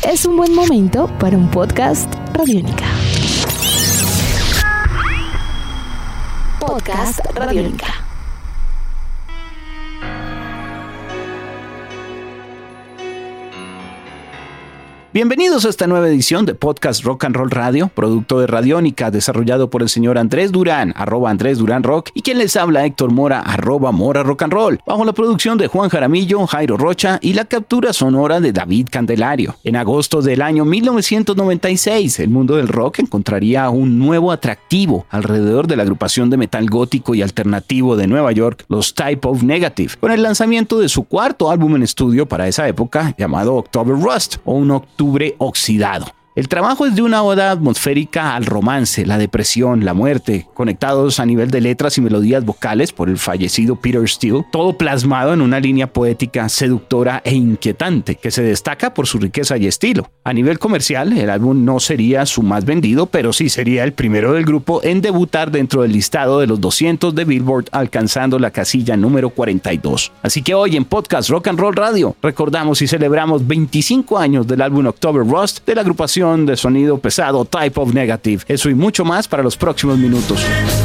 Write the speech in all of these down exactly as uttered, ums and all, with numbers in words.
es un buen momento para un podcast Radiónica. Podcast Radiónica. Bienvenidos a esta nueva edición de Podcast Rock and Roll Radio, producto de Radiónica, desarrollado por el señor Andrés Durán, arroba Andrés Durán Rock, y quien les habla, Héctor Mora, arroba Mora Rock and Roll, bajo la producción de Juan Jaramillo, Jairo Rocha y la captura sonora de David Candelario. En agosto del año mil novecientos noventa y seis, el mundo del rock encontraría un nuevo atractivo alrededor de la agrupación de metal gótico y alternativo de Nueva York, los Type of Negative, con el lanzamiento de su cuarto álbum en estudio para esa época, llamado October Rust, o un octubre oxidado. El trabajo es de una oda atmosférica al romance, la depresión, la muerte, conectados a nivel de letras y melodías vocales por el fallecido Peter Steele, todo plasmado en una línea poética seductora e inquietante, que se destaca por su riqueza y estilo. A nivel comercial, el álbum no sería su más vendido, pero sí sería el primero del grupo en debutar dentro del listado de los doscientos de Billboard, alcanzando la casilla número cuarenta y dos. Así que hoy en Podcast Rock and Roll Radio recordamos y celebramos veinticinco años del álbum October Rust de la agrupación de sonido pesado Type of Negative. Eso y mucho más para los próximos minutos.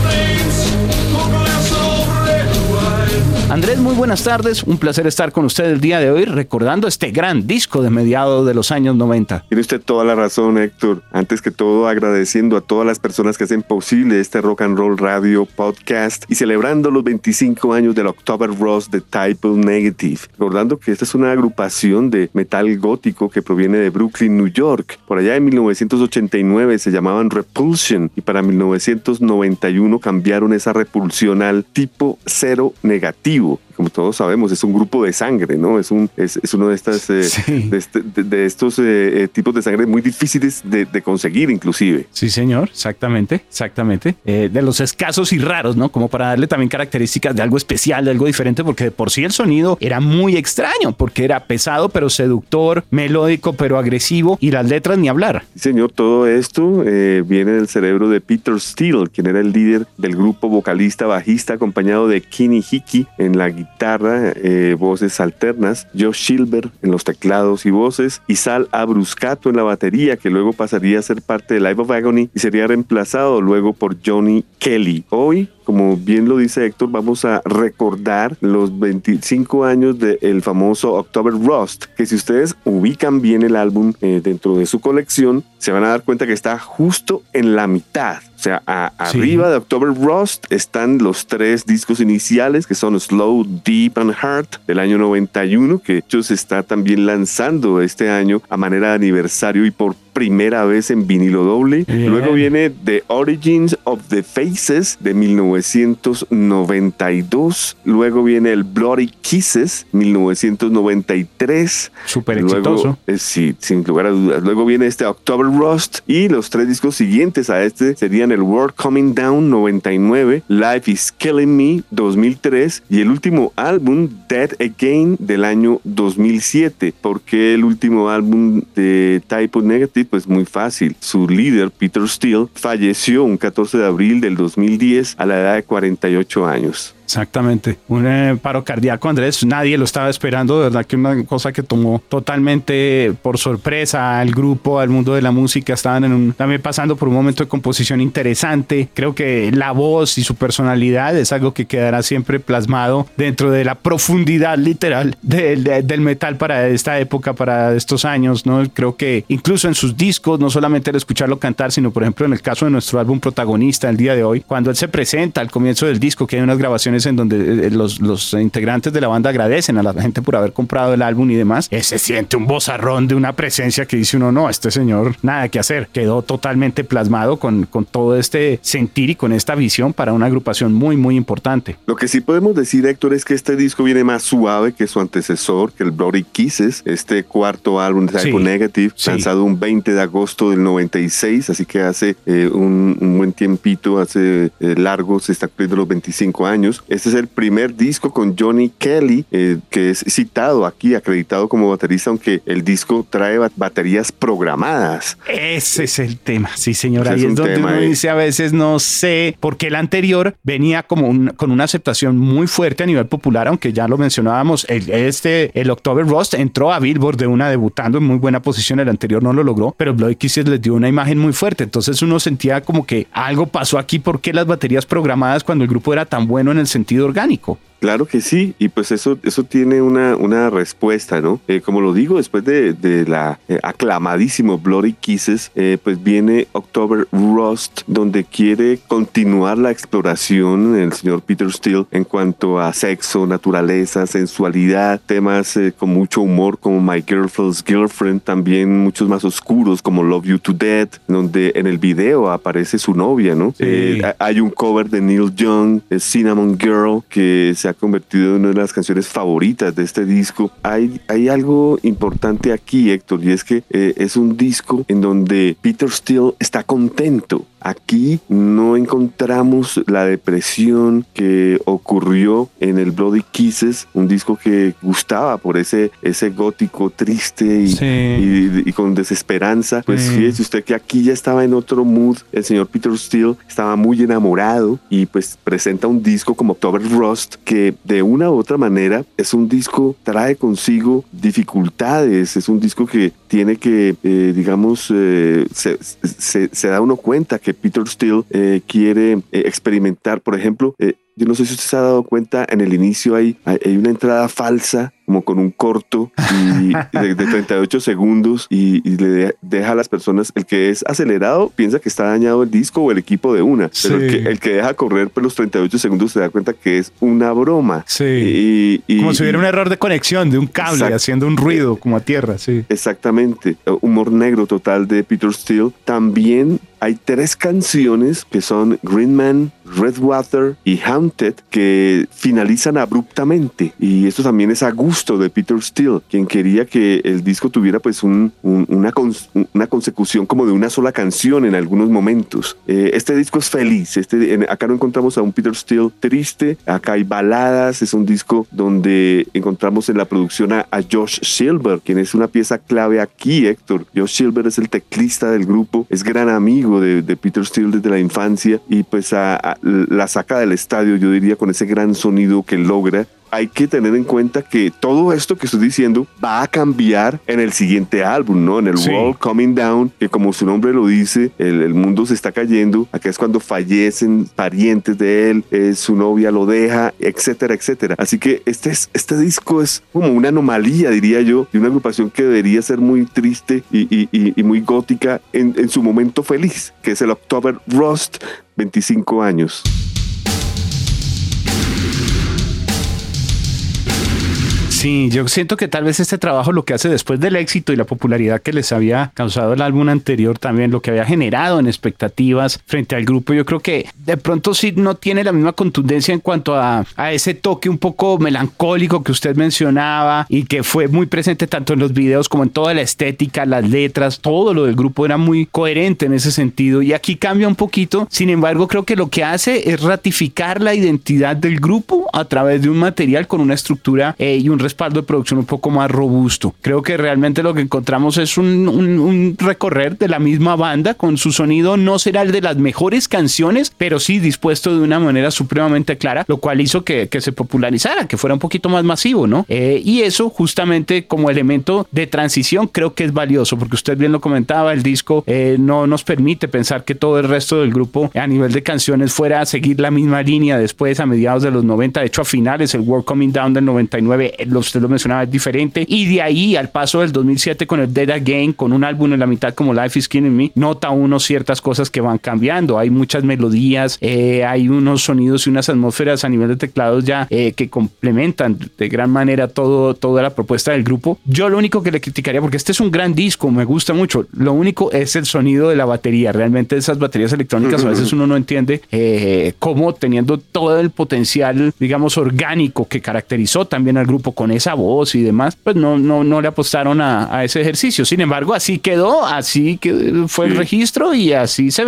Andrés, muy buenas tardes. Un placer estar con usted el día de hoy recordando este gran disco de mediados de los años noventa. Tiene usted toda la razón, Héctor. Antes que todo, agradeciendo a todas las personas que hacen posible este Rock and Roll Radio Podcast y celebrando los veinticinco años del October Rust de Type of Negative. Recordando que esta es una agrupación de metal gótico que proviene de Brooklyn, New York. Por allá en mil novecientos ochenta y nueve se llamaban Repulsion y para mil novecientos noventa y uno cambiaron esa repulsión al tipo cero negativo. Como todos sabemos, es un grupo de sangre, ¿no? Es, un, es, es uno de, estas, eh, sí. de, este, de, de estos eh, tipos de sangre muy difíciles de, de conseguir, inclusive. Sí, señor, exactamente, exactamente. Eh, de los escasos y raros, ¿no? Como para darle también características de algo especial, de algo diferente, porque de por sí el sonido era muy extraño, porque era pesado pero seductor, melódico pero agresivo, y las letras ni hablar. Sí, señor, todo esto eh, viene del cerebro de Peter Steele, quien era el líder del grupo, vocalista, bajista, acompañado de Kenny Hickey en la guitarra. guitarra, eh, voces alternas, Josh Silver en los teclados y voces, y Sal Abruscato en la batería, que luego pasaría a ser parte de Life of Agony y sería reemplazado luego por Johnny Kelly. Hoy, como bien lo dice Héctor, vamos a recordar los veinticinco años del famoso October Rust, que si ustedes ubican bien el álbum eh, dentro de su colección, se van a dar cuenta que está justo en la mitad. O sea, a, sí. arriba de October Rust están los tres discos iniciales, que son Slow, Deep and Hard del año noventa y uno, que de hecho se está también lanzando este año a manera de aniversario y por primera vez en vinilo doble. Bien. Luego viene The Origins of the Faces de mil novecientos noventa y dos. Luego viene el Bloody Kisses, mil novecientos noventa y tres. Súper exitoso. Eh, sí, sin lugar a dudas. Luego viene este October Rust y los tres discos siguientes a este serían el World Coming Down, noventa y nueve, Life is Killing Me, dos mil tres, y el último álbum, Dead Again, del año dos mil siete. ¿Por qué el último álbum de Type of Negative? Pues muy fácil. Su líder, Peter Steele, falleció un catorce de abril del dos mil diez a la edad de cuarenta y ocho años. Exactamente, un eh, paro cardíaco, Andrés, nadie lo estaba esperando, de verdad que una cosa que tomó totalmente por sorpresa al grupo, al mundo de la música. Estaban en un, también pasando por un momento de composición interesante. Creo que la voz y su personalidad es algo que quedará siempre plasmado dentro de la profundidad literal de, de, del metal para esta época, para estos años, ¿no? Creo que incluso en sus discos, no solamente el escucharlo cantar, sino por ejemplo en el caso de nuestro álbum Protagonista el día de hoy, cuando él se presenta al comienzo del disco, que hay unas grabaciones en donde los, los integrantes de la banda agradecen a la gente por haber comprado el álbum y demás, eh, se siente un vozarrón de una presencia que dice uno, no, este señor, nada que hacer. Quedó totalmente plasmado con, con todo este sentir y con esta visión para una agrupación muy, muy importante. Lo que sí podemos decir, Héctor, es que este disco viene más suave que su antecesor, que el Bloody Kisses, este cuarto álbum de Type of Negative, sí. lanzado un veinte de agosto del noventa y seis, así que hace eh, un, un buen tiempito, hace eh, largo, se está cumpliendo los veinticinco años. Este es el primer disco con Johnny Kelly, eh, que es citado aquí, acreditado como baterista, aunque el disco trae bat- baterías programadas. Ese es el tema, sí señora. Ahí es, es donde tema, uno eh. dice a veces no sé, porque el anterior venía como un, con una aceptación muy fuerte a nivel popular, aunque ya lo mencionábamos, el, este, el October Rust entró a Billboard de una debutando en muy buena posición, el anterior no lo logró, pero Bloody Kisses les dio una imagen muy fuerte, entonces uno sentía como que algo pasó aquí, porque las baterías programadas cuando el grupo era tan bueno en el sentido orgánico. Claro que sí, y pues eso, eso tiene una, una respuesta, ¿no? Eh, como lo digo, después de, de la eh, aclamadísimo Bloody Kisses, eh, pues viene October Rust, donde quiere continuar la exploración el señor Peter Steele en cuanto a sexo, naturaleza, sensualidad, temas eh, con mucho humor como My Girlfriend's Girlfriend, también muchos más oscuros como Love You to Death, donde en el video aparece su novia, ¿no? Sí. Eh, hay un cover de Neil Young, eh, Cinnamon Girl, que se ha convertido en una de las canciones favoritas de este disco. Hay, hay algo importante aquí, Héctor, y es que eh, es un disco en donde Peter Steele está contento. Aquí no encontramos la depresión que ocurrió en el Bloody Kisses, un disco que gustaba por ese, ese gótico triste y, Sí. y, y con desesperanza. Pues Sí. fíjese usted que aquí ya estaba en otro mood. El señor Peter Steele estaba muy enamorado y pues presenta un disco como October Rust que de una u otra manera es un disco, trae consigo dificultades, es un disco que tiene que, eh, digamos, eh, se, se, se da uno cuenta que Peter Steele eh, quiere eh, experimentar. Por ejemplo, eh, yo no sé si usted se ha dado cuenta, en el inicio hay, hay, hay una entrada falsa, como con un corto y de, de treinta y ocho segundos y, y le de, deja a las personas, el que es acelerado piensa que está dañado el disco o el equipo de una, Sí. pero el que, el que deja correr por los treinta y ocho segundos se da cuenta que es una broma. Sí. Y, y, Como si hubiera y, un error de conexión de un cable Exacto. haciendo un ruido como a tierra, sí. Exactamente, humor negro total de Peter Steele. También hay tres canciones que son Green Man, Redwater y Haunted que finalizan abruptamente, y esto también es a gusto de Peter Steele, quien quería que el disco tuviera pues un, un, una, cons, una consecución como de una sola canción en algunos momentos. Eh, este disco es feliz, este, en, acá no encontramos a un Peter Steele triste, acá hay baladas, es un disco donde encontramos en la producción a, a Josh Silver, quien es una pieza clave aquí, Héctor. Josh Silver es el teclista del grupo, es gran amigo de, de Peter Steele desde la infancia y pues a, a, la saca del estadio, yo diría, con ese gran sonido que logra. Hay que tener en cuenta que todo esto que estoy diciendo va a cambiar en el siguiente álbum, ¿no? En el Sí. World Coming Down, que como su nombre lo dice, el, el mundo se está cayendo. Acá es cuando fallecen parientes de él, eh, su novia lo deja, etcétera, etcétera. Así que este, es, este disco es como una anomalía, diría yo, de una agrupación que debería ser muy triste y, y, y, y muy gótica en, en su momento feliz, que es el October Rust, veinticinco años. Sí, yo siento que tal vez este trabajo lo que hace después del éxito y la popularidad que les había causado el álbum anterior, también lo que había generado en expectativas frente al grupo, yo creo que de pronto sí no tiene la misma contundencia en cuanto a, a ese toque un poco melancólico que usted mencionaba y que fue muy presente tanto en los videos como en toda la estética, las letras, todo lo del grupo era muy coherente en ese sentido, y aquí cambia un poquito. Sin embargo, creo que lo que hace es ratificar la identidad del grupo a través de un material con una estructura eh, y un respaldo de producción un poco más robusto. Creo que realmente lo que encontramos es un, un, un recorrer de la misma banda con su sonido. No será el de las mejores canciones, pero sí dispuesto de una manera supremamente clara, lo cual hizo que, que se popularizara, que fuera un poquito más masivo, ¿no? Eh, y eso justamente como elemento de transición creo que es valioso, porque usted bien lo comentaba, el disco eh, no nos permite pensar que todo el resto del grupo a nivel de canciones fuera a seguir la misma línea después a mediados de los noventa. De hecho, a finales el World Coming Down del noventa y nueve, usted lo mencionaba, es diferente, y de ahí al paso del dos mil siete con el Dead Again, con un álbum en la mitad como Life is Killing Me, nota uno ciertas cosas que van cambiando. Hay muchas melodías, eh, hay unos sonidos y unas atmósferas a nivel de teclados ya eh, que complementan de gran manera todo, toda la propuesta del grupo. Yo lo único que le criticaría, porque este es un gran disco, me gusta mucho, lo único es el sonido de la batería. Realmente esas baterías electrónicas a veces uno no entiende eh, cómo, teniendo todo el potencial, digamos, orgánico que caracterizó también al grupo con esa voz y demás, pues no, no, no le apostaron a, a ese ejercicio. Sin embargo, así quedó, así que fue el registro y así se vendió.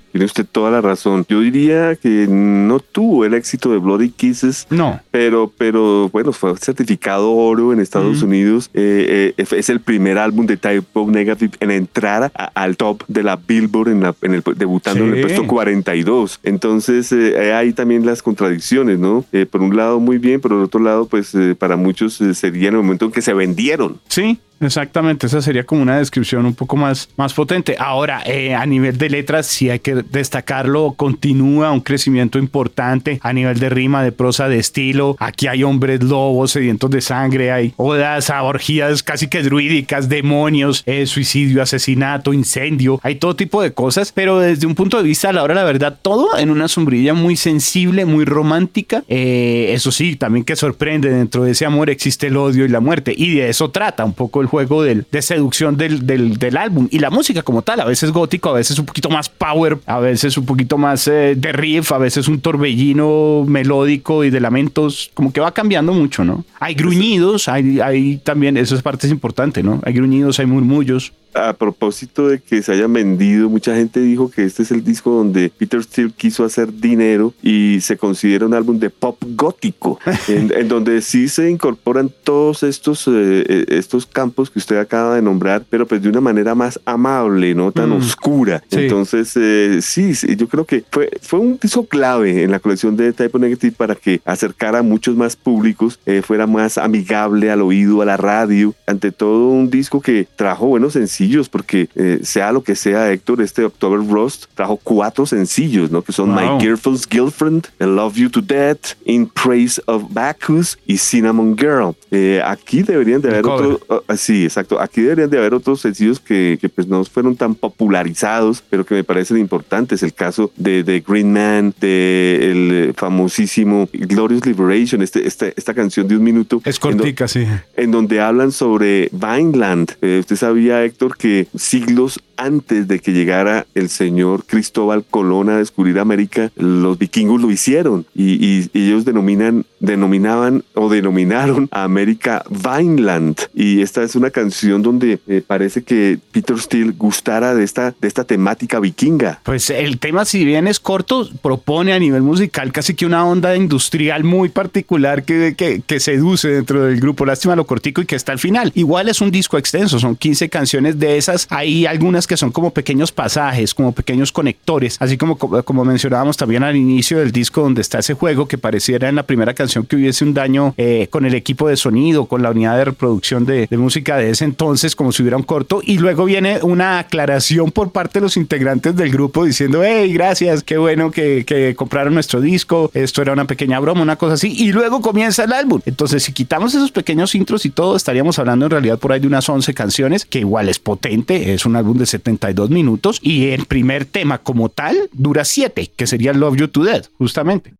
tiene usted toda la razón. Yo diría que no tuvo el éxito de Bloody Kisses. No. Pero, pero bueno, fue certificado oro en Estados mm. Unidos. Eh, eh, es el primer álbum de Type O Negative en entrar a, al top de la Billboard, en, la, en el, debutando sí. en el puesto cuarenta y dos. Entonces, eh, hay también las contradicciones, ¿no? Eh, por un lado, muy bien, pero por otro lado, pues eh, para muchos eh, sería en el momento en que se vendieron. Sí. Exactamente, esa sería como una descripción un poco más, más potente. Ahora, eh, a nivel de letras, sí hay que destacarlo, continúa un crecimiento importante a nivel de rima, de prosa, de estilo. Aquí hay hombres lobos sedientos de sangre, hay odas a orgías casi que druídicas, demonios, eh, suicidio, asesinato, incendio, hay todo tipo de cosas, pero desde un punto de vista a la hora de la verdad, todo en una sombrilla muy sensible, muy romántica. Eh, eso sí, también que sorprende, dentro de ese amor existe el odio y la muerte, y de eso trata un poco el juego del, de seducción del, del, del álbum y la música como tal, a veces gótico, a veces un poquito más power, a veces un poquito más eh, de riff, a veces un torbellino melódico y de lamentos, como que va cambiando mucho, ¿no? Hay gruñidos, hay, hay también, esa parte es importante, ¿no? Hay gruñidos, hay murmullos. A propósito de que se hayan vendido, mucha gente dijo que este es el disco donde Peter Steele quiso hacer dinero y se considera un álbum de pop gótico, en, en donde sí se incorporan todos estos, eh, estos campos que usted acaba de nombrar, pero pues de una manera más amable, no tan mm. oscura. Sí. Entonces, eh, sí, sí, yo creo que fue, fue un disco clave en la colección de Type O Negative para que acercara a muchos más públicos, eh, fuera más amigable al oído, a la radio. Ante todo, un disco que trajo buenos sencillos, porque eh, sea lo que sea, Héctor, este October Rust trajo cuatro sencillos, ¿no? Que son wow. My Girlfriend's Girlfriend, I Love You to Death, In Praise of Bacchus y Cinnamon Girl. Eh, aquí deberían de haber otros, uh, sí, exacto, aquí deberían de haber otros sencillos que, que pues no fueron tan popularizados, pero que me parecen importantes. El caso de, de Green Man, de el famosísimo Glorious Liberation, este, este, esta canción de un minuto. Es cortica, en sí. En donde hablan sobre Vineland. Eh, usted sabía, Héctor, que siglos antes de que llegara el señor Cristóbal Colón a descubrir América, los vikingos lo hicieron y, y, y ellos denominan, denominaban o denominaron a América Vineland, y esta es una canción donde eh, parece que Peter Steele gustara de esta, de esta temática vikinga. Pues el tema, si bien es corto, propone a nivel musical casi que una onda industrial muy particular que, que, que seduce dentro del grupo. Lástima lo cortico y que está al final. Igual es un disco extenso, son quince canciones. De esas hay algunas que son como pequeños pasajes, como pequeños conectores, así como, como mencionábamos también al inicio del disco, donde está ese juego que pareciera en la primera canción que hubiese un daño eh, con el equipo de sonido, con la unidad de reproducción de, de música de ese entonces, como si hubiera un corto, y luego viene una aclaración por parte de los integrantes del grupo diciendo, hey, gracias, qué bueno que, que compraron nuestro disco, esto era una pequeña broma, una cosa así, y luego comienza el álbum. Entonces, si quitamos esos pequeños intros y todo, estaríamos hablando en realidad por ahí de unas once canciones, que igual es potente, es un álbum de setenta y dos minutos, y el primer tema como tal dura siete, que sería Love You to Death, justamente.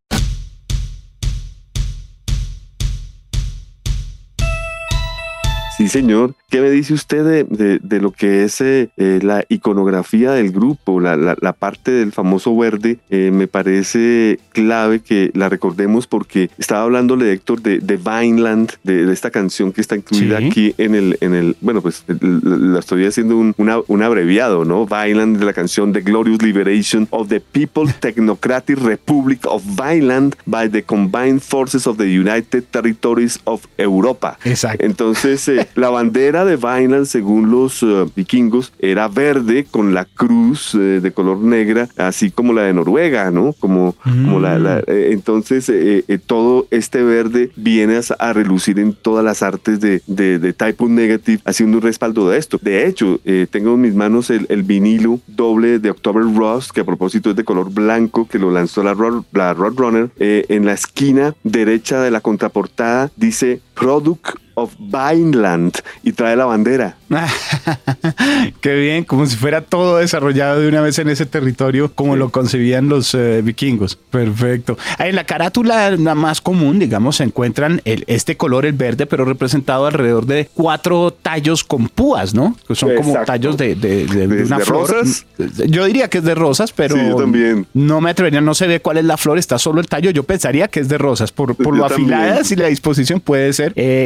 Sí, señor. ¿Qué me dice usted de, de, de lo que es eh, la iconografía del grupo, la, la, la parte del famoso verde? Eh, me parece clave que la recordemos porque estaba hablándole de Héctor de, de Vineland, de, de esta canción que está incluida sí. aquí en el, en el, bueno, pues la estoy haciendo un, una, un abreviado, ¿no? Vineland, de la canción The Glorious Liberation of the People's Technocratic Republic of Vineland by the Combined Forces of the United Territories of Europa. Exacto. Entonces, eh, la bandera de Vineland, según los uh, vikingos, era verde con la cruz eh, de color negra, así como la de Noruega, ¿no? Como, mm. como la, la eh, entonces eh, eh, todo este verde viene a, a relucir en todas las artes de, de, de Type O Negative, haciendo un respaldo de esto. De hecho, eh, tengo en mis manos el, el vinilo doble de October Rust, que a propósito es de color blanco, que lo lanzó la, la Roadrunner. Eh, en la esquina derecha de la contraportada dice Product of Vineland y trae la bandera. Qué bien, como si fuera todo desarrollado de una vez en ese territorio como sí. lo concebían los eh, vikingos. Perfecto. En la carátula la más común, digamos, se encuentran el, este color, el verde, pero representado alrededor de cuatro tallos con púas, ¿no? Que son Exacto. como tallos de, de, de, de una ¿De flor. Rosas? Yo diría que es de rosas, pero sí, yo también. no me atrevería, no se ve cuál es la flor, está solo el tallo. Yo pensaría que es de rosas, por, por lo afiladas y la disposición puede ser. Eh, y son cuatro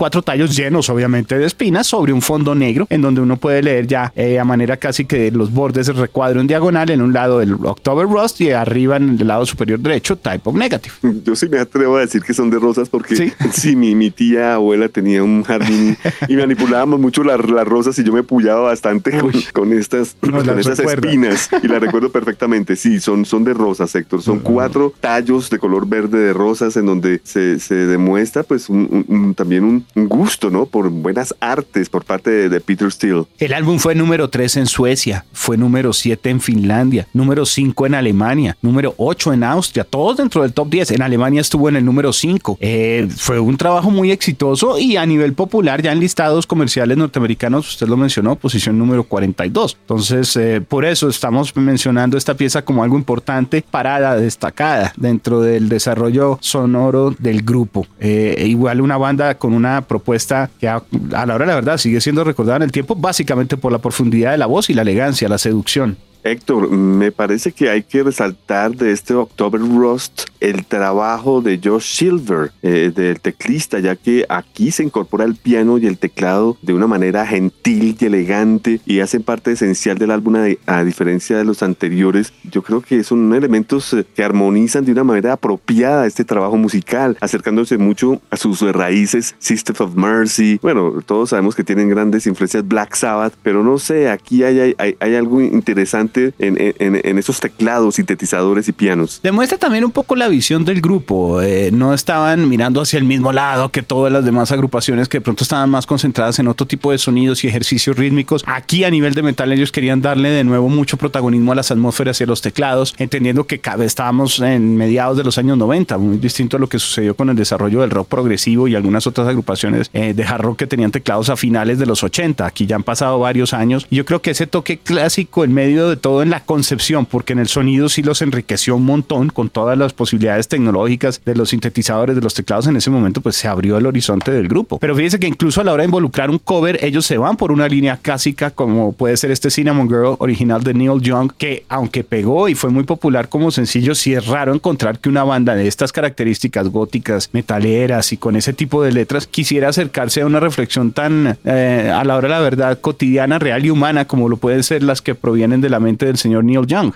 cuatro tallos llenos obviamente de espinas sobre un fondo negro en donde uno puede leer ya eh, a manera casi que de los bordes del recuadro en diagonal, en un lado el October Rust y arriba en el lado superior derecho Type of Negative. Yo sí me atrevo a decir que son de rosas porque sí, sí mi, mi tía abuela tenía un jardín y manipulábamos mucho las, las rosas y yo me pullaba bastante con, con estas, no, con estas espinas y la recuerdo perfectamente. Sí, son, son de rosas, Héctor. Son uh-huh. cuatro tallos de color verde de rosas en donde se, se demuestra pues un, un, un, también un, un gusto, ¿no? Por buenas artes por parte de, de Peter Steele. El álbum fue número tres en Suecia, fue número siete en Finlandia, número cinco en Alemania, número ocho en Austria, todos dentro del top diez. En Alemania estuvo en el número cinco. Eh, fue un trabajo muy exitoso y a nivel popular, ya en listados comerciales norteamericanos, usted lo mencionó, posición número cuarenta y dos. Entonces, eh, por eso estamos mencionando esta pieza como algo importante, parada, destacada dentro del desarrollo sonoro del grupo. Eh, igual una banda con una propuesta que a, a la hora de la verdad sigue siendo recordada en el tiempo, básicamente por la profundidad de la voz y la elegancia, la seducción. Héctor, me parece que hay que resaltar de este October Rust el trabajo de Josh Silver, eh, del teclista, ya que aquí se incorpora el piano y el teclado de una manera gentil y elegante y hacen parte esencial del álbum, a, a diferencia de los anteriores. Yo creo que son elementos que armonizan de una manera apropiada este trabajo musical, acercándose mucho a sus raíces, Sisters of Mercy. Bueno, todos sabemos que tienen grandes influencias Black Sabbath, pero no sé, aquí hay, hay, hay algo interesante En, en, en esos teclados, sintetizadores y pianos. Demuestra también un poco la visión del grupo. Eh, no estaban mirando hacia el mismo lado que todas las demás agrupaciones que de pronto estaban más concentradas en otro tipo de sonidos y ejercicios rítmicos. Aquí a nivel de metal ellos querían darle de nuevo mucho protagonismo a las atmósferas y a los teclados, entendiendo que estábamos en mediados de los años noventa, muy distinto a lo que sucedió con el desarrollo del rock progresivo y algunas otras agrupaciones eh, de hard rock que tenían teclados a finales de los ochenta. Aquí ya han pasado varios años y yo creo que ese toque clásico en medio de todo en la concepción, porque en el sonido sí los enriqueció un montón con todas las posibilidades tecnológicas de los sintetizadores, de los teclados. En ese momento pues se abrió el horizonte del grupo, pero fíjese que incluso a la hora de involucrar un cover ellos se van por una línea clásica como puede ser este Cinnamon Girl original de Neil Young, que aunque pegó y fue muy popular como sencillo, sí es raro encontrar que una banda de estas características góticas, metaleras y con ese tipo de letras quisiera acercarse a una reflexión tan eh, a la hora de la verdad cotidiana, real y humana como lo pueden ser las que provienen de la mente del señor Neil Young.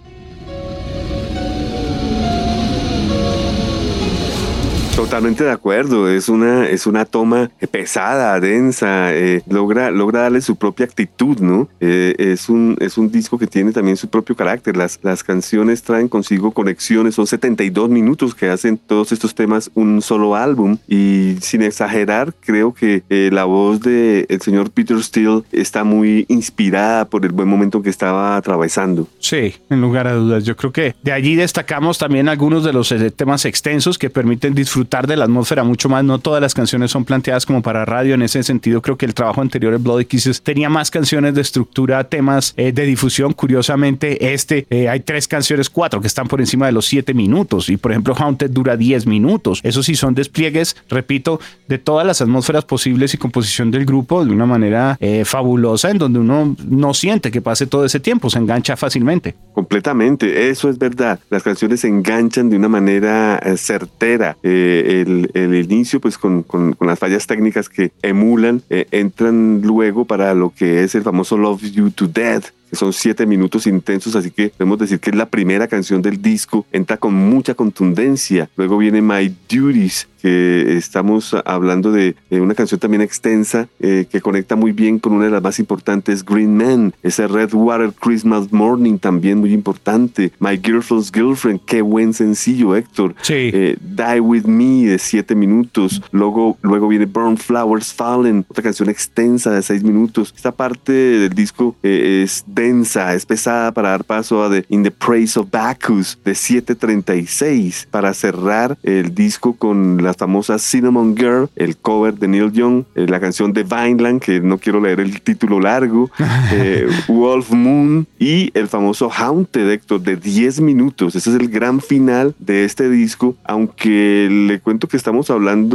Totalmente de acuerdo, es una, es una toma pesada, densa, eh, logra, logra darle su propia actitud, ¿no? Eh, es, un, es un disco que tiene también su propio carácter, las, las canciones traen consigo conexiones, son setenta y dos minutos que hacen todos estos temas un solo álbum y sin exagerar creo que eh, la voz del señor Peter Steele está muy inspirada por el buen momento que estaba atravesando. Sí, en lugar a dudas, yo creo que de allí destacamos también algunos de los eh, temas extensos que permiten disfrutar de la atmósfera mucho más. No todas las canciones son planteadas como para radio. En ese sentido creo que el trabajo anterior, el Bloody Kisses, tenía más canciones de estructura, temas eh, de difusión. Curiosamente este eh, hay tres canciones, cuatro que están por encima de los siete minutos y por ejemplo Haunted dura diez minutos. Eso sí son despliegues, repito, de todas las atmósferas posibles y composición del grupo de una manera eh, fabulosa en donde uno no siente que pase todo ese tiempo, se engancha fácilmente. Completamente, eso es verdad. Las canciones se enganchan de una manera eh, certera. Eh, El, el inicio pues con, con, con las fallas técnicas que emulan eh, entran luego para lo que es el famoso Love You to Death, que son siete minutos intensos, así que podemos decir que es la primera canción del disco, entra con mucha contundencia. Luego viene My Duties, que estamos hablando de, de una canción también extensa eh, que conecta muy bien con una de las más importantes, Green Man, ese Red Water Christmas Morning también muy importante, My Girlfriend's Girlfriend, qué buen sencillo, Héctor. Sí. Eh, Die With Me de siete minutos, luego, luego viene Burn Flowers Fallen, otra canción extensa de seis minutos. Esta parte del disco eh, es densa, es pesada para dar paso a The, In the Praise of Bacchus de siete treinta y seis para cerrar el disco con la famosa Cinnamon Girl, el cover de Neil Young, eh, la canción de Vineland, que no quiero leer el título largo, eh, Wolf Moon y el famoso Haunted, Héctor, de diez minutos. Ese es el gran final de este disco, aunque le cuento que estamos hablando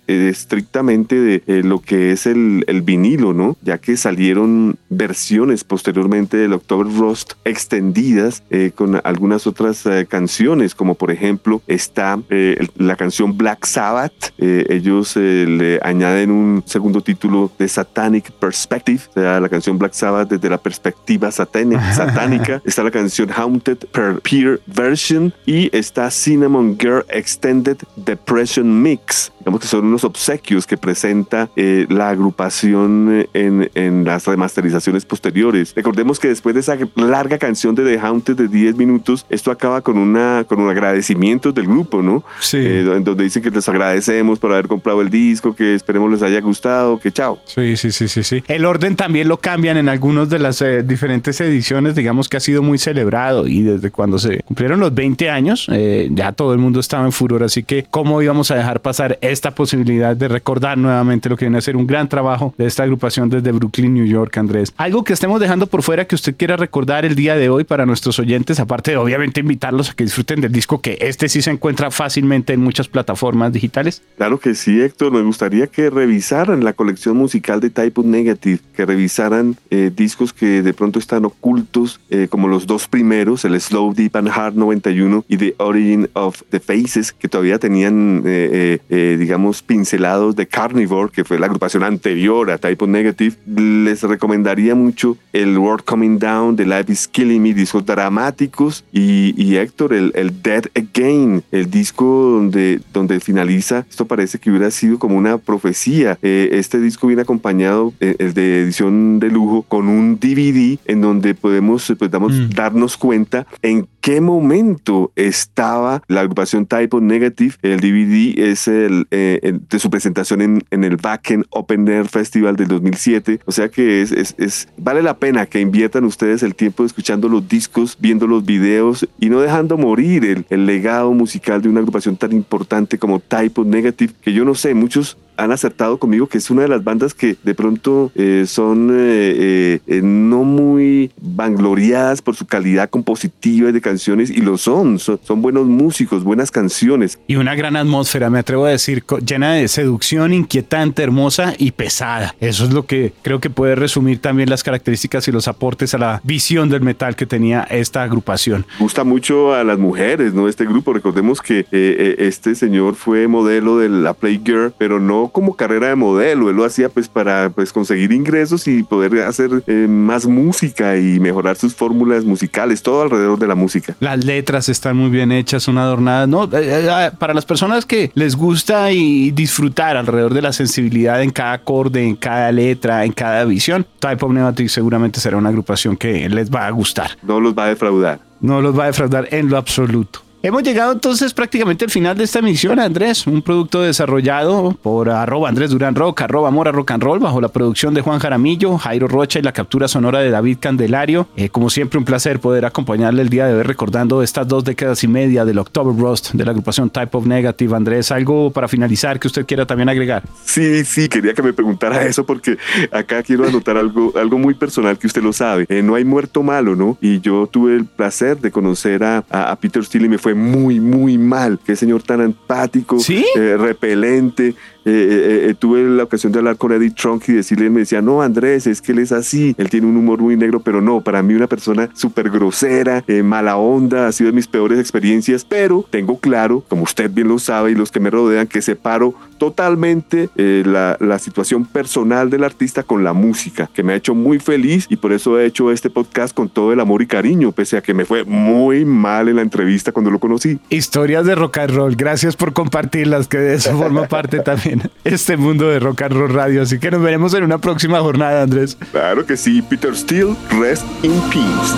eh, estrictamente de eh, lo que es el, el vinilo, ¿no? Ya que salieron versiones posteriormente del October Rust extendidas eh, con algunas otras eh, canciones, como por ejemplo está eh, la canción Black Sabbath. Eh, ellos eh, le añaden un segundo título de Satanic Perspective, o sea, la canción Black Sabbath desde la perspectiva satánica. satánica. Está la canción Haunted per Peer Version y está Cinnamon Girl Extended Depression Mix. Digamos que son unos obsequios que presenta eh, la agrupación en, en las remasterizaciones posteriores. Recordemos que después de esa larga canción de The Haunted de diez minutos, esto acaba con una con un agradecimiento del grupo, ¿no? Sí. Eh, en donde dicen que les agradecemos por haber comprado el disco, que esperemos les haya gustado, que chao. Sí, sí, sí, sí, sí. El orden también lo cambian en algunas de las eh, diferentes ediciones, digamos que ha sido muy celebrado y desde cuando se cumplieron los veinte años, eh, ya todo el mundo estaba en furor, así que ¿cómo íbamos a dejar pasar esta posibilidad de recordar nuevamente lo que viene a ser un gran trabajo de esta agrupación desde Brooklyn, New York, Andrés? Algo que estemos dejando por fuera que usted quiera recordar el día de hoy para nuestros oyentes, aparte de obviamente invitarlos a que disfruten del disco, que este sí se encuentra fácilmente en muchas plataformas digitales. Claro que sí, Héctor. Me gustaría que revisaran la colección musical de Type O Negative, que revisaran eh, discos que de pronto están ocultos, eh, como los dos primeros, el Slow, Deep and Hard noventa y uno y The Origin of the Faces, que todavía tenían, eh, eh, digamos, pincelados de Carnivore, que fue la agrupación anterior a Type O Negative. Les recomendaría mucho el World Coming Down, The Life is Killing Me, discos dramáticos, y, y Héctor, el, el Dead Again, el disco donde, donde finaliza. Esto parece que hubiera sido como una profecía. Eh, este disco viene acompañado, eh, el de edición de lujo, con un D V D en donde podemos, pues, damos, mm. darnos cuenta en qué momento estaba la agrupación Type O Negative. El D V D es el, eh, el de su presentación en, en el Wacken Open Air Festival del dos mil siete. O sea que es, es, es vale la pena que inviertan ustedes el tiempo escuchando los discos, viendo los videos y no dejando morir el, el legado musical de una agrupación tan importante como Type O Negative, que yo no sé, muchos han acertado conmigo que es una de las bandas que de pronto eh, son eh, eh, no muy vangloriadas por su calidad compositiva de canciones, y lo son, son, son buenos músicos, buenas canciones. Y una gran atmósfera, me atrevo a decir, llena de seducción, inquietante, hermosa y pesada. Eso es lo que creo que puede resumir también las características y los aportes a la visión del metal que tenía esta agrupación. Gusta mucho a las mujeres, ¿no? Este grupo, recordemos que eh, eh, este señor fue modelo de la Playgirl, pero no como carrera de modelo, él lo hacía pues para pues conseguir ingresos y poder hacer eh, más música y mejorar sus fórmulas musicales, todo alrededor de la música. Las letras están muy bien hechas, son adornadas, ¿no? Eh, eh, para las personas que les gusta y disfrutar alrededor de la sensibilidad en cada acorde, en cada letra, en cada visión, Type O Negative seguramente será una agrupación que les va a gustar. No los va a defraudar. No los va a defraudar en lo absoluto. Hemos llegado entonces prácticamente al final de esta emisión, Andrés, un producto desarrollado por arroba Andrés Durán Rock, arroba Mora Rock and Roll, bajo la producción de Juan Jaramillo, Jairo Rocha y la captura sonora de David Candelario. Eh, como siempre, un placer poder acompañarle el día de hoy recordando estas dos décadas y media del October Rust de la agrupación Type O Negative. Andrés, ¿algo para finalizar que usted quiera también agregar? Sí, sí, quería que me preguntara eso porque acá quiero anotar algo, algo muy personal que usted lo sabe. Eh, no hay muerto malo, ¿no? Y yo tuve el placer de conocer a, a, a Peter Steele y me fue muy, muy mal. Qué señor tan empático, ¿sí? eh, repelente. Eh, eh, eh, tuve la ocasión de hablar con Eddie Trunk y decirle, él me decía, no, Andrés, es que él es así, él tiene un humor muy negro, pero no, para mí una persona súper grosera, eh, mala onda, ha sido de mis peores experiencias, pero tengo claro, como usted bien lo sabe y los que me rodean, que separo totalmente eh, la, la situación personal del artista con la música, que me ha hecho muy feliz y por eso he hecho este podcast con todo el amor y cariño, pese a que me fue muy mal en la entrevista cuando lo conocí. Historias de rock and roll, gracias por compartirlas, que de eso forma parte también este mundo de Rock and Roll Radio, así que nos veremos en una próxima jornada, Andrés. Claro que sí, Peter Steele, rest in peace.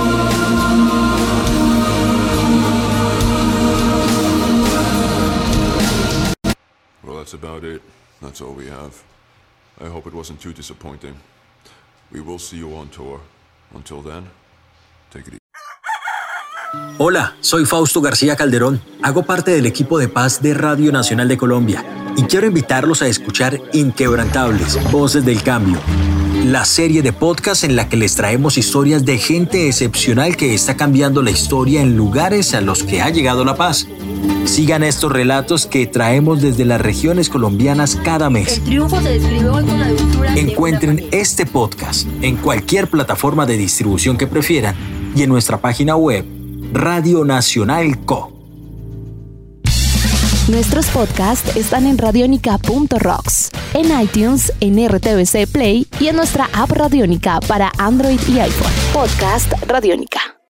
Well, that's about it. That's all we have. I hope it wasn't too disappointing. We will see you on tour. Until then, take it easy. Hola, soy Fausto García Calderón. Hago parte del equipo de paz de Radio Nacional de Colombia y quiero invitarlos a escuchar Inquebrantables, Voces del Cambio. la serie de podcast en la que les traemos historias de gente excepcional que está cambiando la historia en lugares a los que ha llegado la paz. Sigan estos relatos que traemos desde las regiones colombianas cada mes. El triunfo se describe hoy con la dulzura. Encuentren este podcast en cualquier plataforma de distribución que prefieran y en nuestra página web Radio Nacional Co. Nuestros podcasts están en radionica punto rocks, en iTunes, en R T V C Play y en nuestra app Radionica para Android y iPhone. Podcast Radionica.